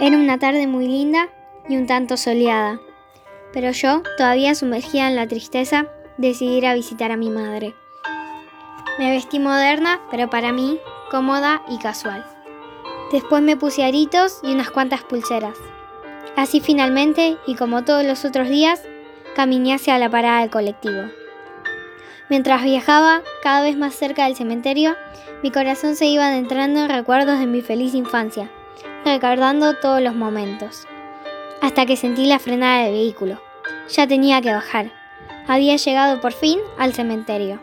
Era una tarde muy linda y un tanto soleada, pero yo, todavía sumergida en la tristeza, decidí ir a visitar a mi madre. Me vestí moderna, pero para mí, cómoda y casual. Después me puse aritos y unas cuantas pulseras. Así finalmente, y como todos los otros días, caminé hacia la parada del colectivo. Mientras viajaba, cada vez más cerca del cementerio, mi corazón se iba adentrando en recuerdos de mi feliz infancia, recordando todos los momentos. Hasta que sentí la frenada del vehículo. Ya tenía que bajar. Había llegado por fin al cementerio.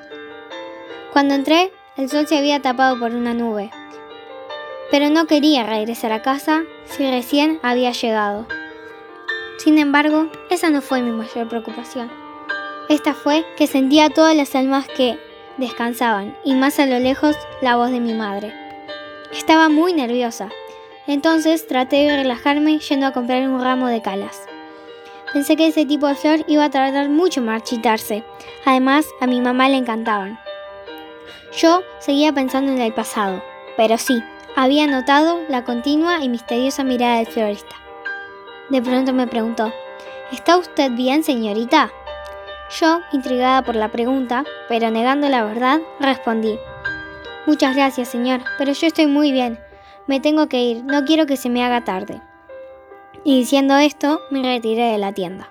Cuando entré, el sol se había tapado por una nube. Pero no quería regresar a casa si recién había llegado. Sin embargo, esa no fue mi mayor preocupación. Esta fue que sentía todas las almas que descansaban y más a lo lejos la voz de mi madre. Estaba muy nerviosa. Entonces traté de relajarme yendo a comprar un ramo de calas. Pensé que ese tipo de flor iba a tardar mucho en marchitarse. Además, a mi mamá le encantaban. Yo seguía pensando en el pasado, pero sí, había notado la continua y misteriosa mirada del florista. De pronto me preguntó: ¿está usted bien, señorita? Yo, intrigada por la pregunta, pero negando la verdad, respondí: muchas gracias, señor, pero yo estoy muy bien. Me tengo que ir, no quiero que se me haga tarde. Y diciendo esto, me retiré de la tienda.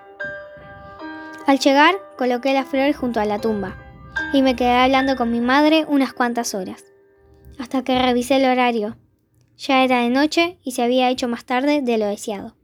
Al llegar, coloqué las flores junto a la tumba y me quedé hablando con mi madre unas cuantas horas, hasta que revisé el horario. Ya era de noche y se había hecho más tarde de lo deseado.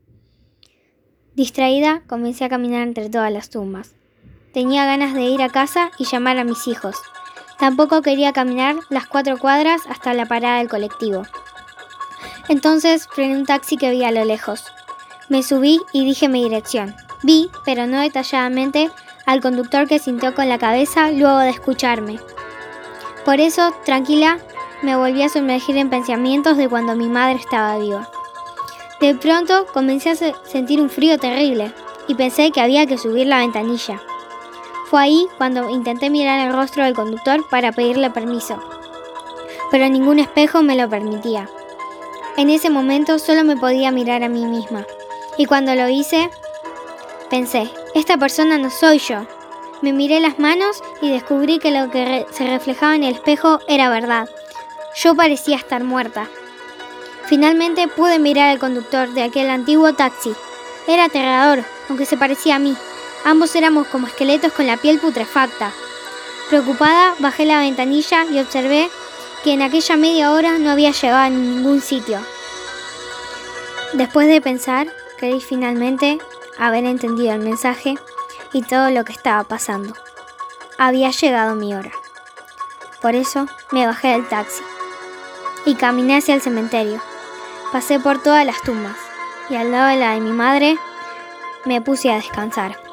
Distraída, comencé a caminar entre todas las tumbas. Tenía ganas de ir a casa y llamar a mis hijos. Tampoco quería caminar las 4 cuadras hasta la parada del colectivo. Entonces frené un taxi que vi a lo lejos. Me subí y dije mi dirección. Vi, pero no detalladamente, al conductor que sintió con la cabeza luego de escucharme. Por eso, tranquila, me volví a sumergir en pensamientos de cuando mi madre estaba viva. De pronto comencé a sentir un frío terrible y pensé que había que subir la ventanilla. Fue ahí cuando intenté mirar el rostro del conductor para pedirle permiso, pero ningún espejo me lo permitía. En ese momento solo me podía mirar a mí misma, y cuando lo hice, pensé: esta persona no soy yo. Me miré las manos y descubrí que lo que se reflejaba en el espejo era verdad. Yo parecía estar muerta. Finalmente pude mirar al conductor de aquel antiguo taxi. Era aterrador, aunque se parecía a mí. Ambos éramos como esqueletos con la piel putrefacta. Preocupada, bajé la ventanilla y observé que en aquella media hora no había llegado a ningún sitio. Después de pensar, creí finalmente haber entendido el mensaje y todo lo que estaba pasando. Había llegado mi hora. Por eso me bajé del taxi y caminé hacia el cementerio. Pasé por todas las tumbas y al lado de la de mi madre me puse a descansar.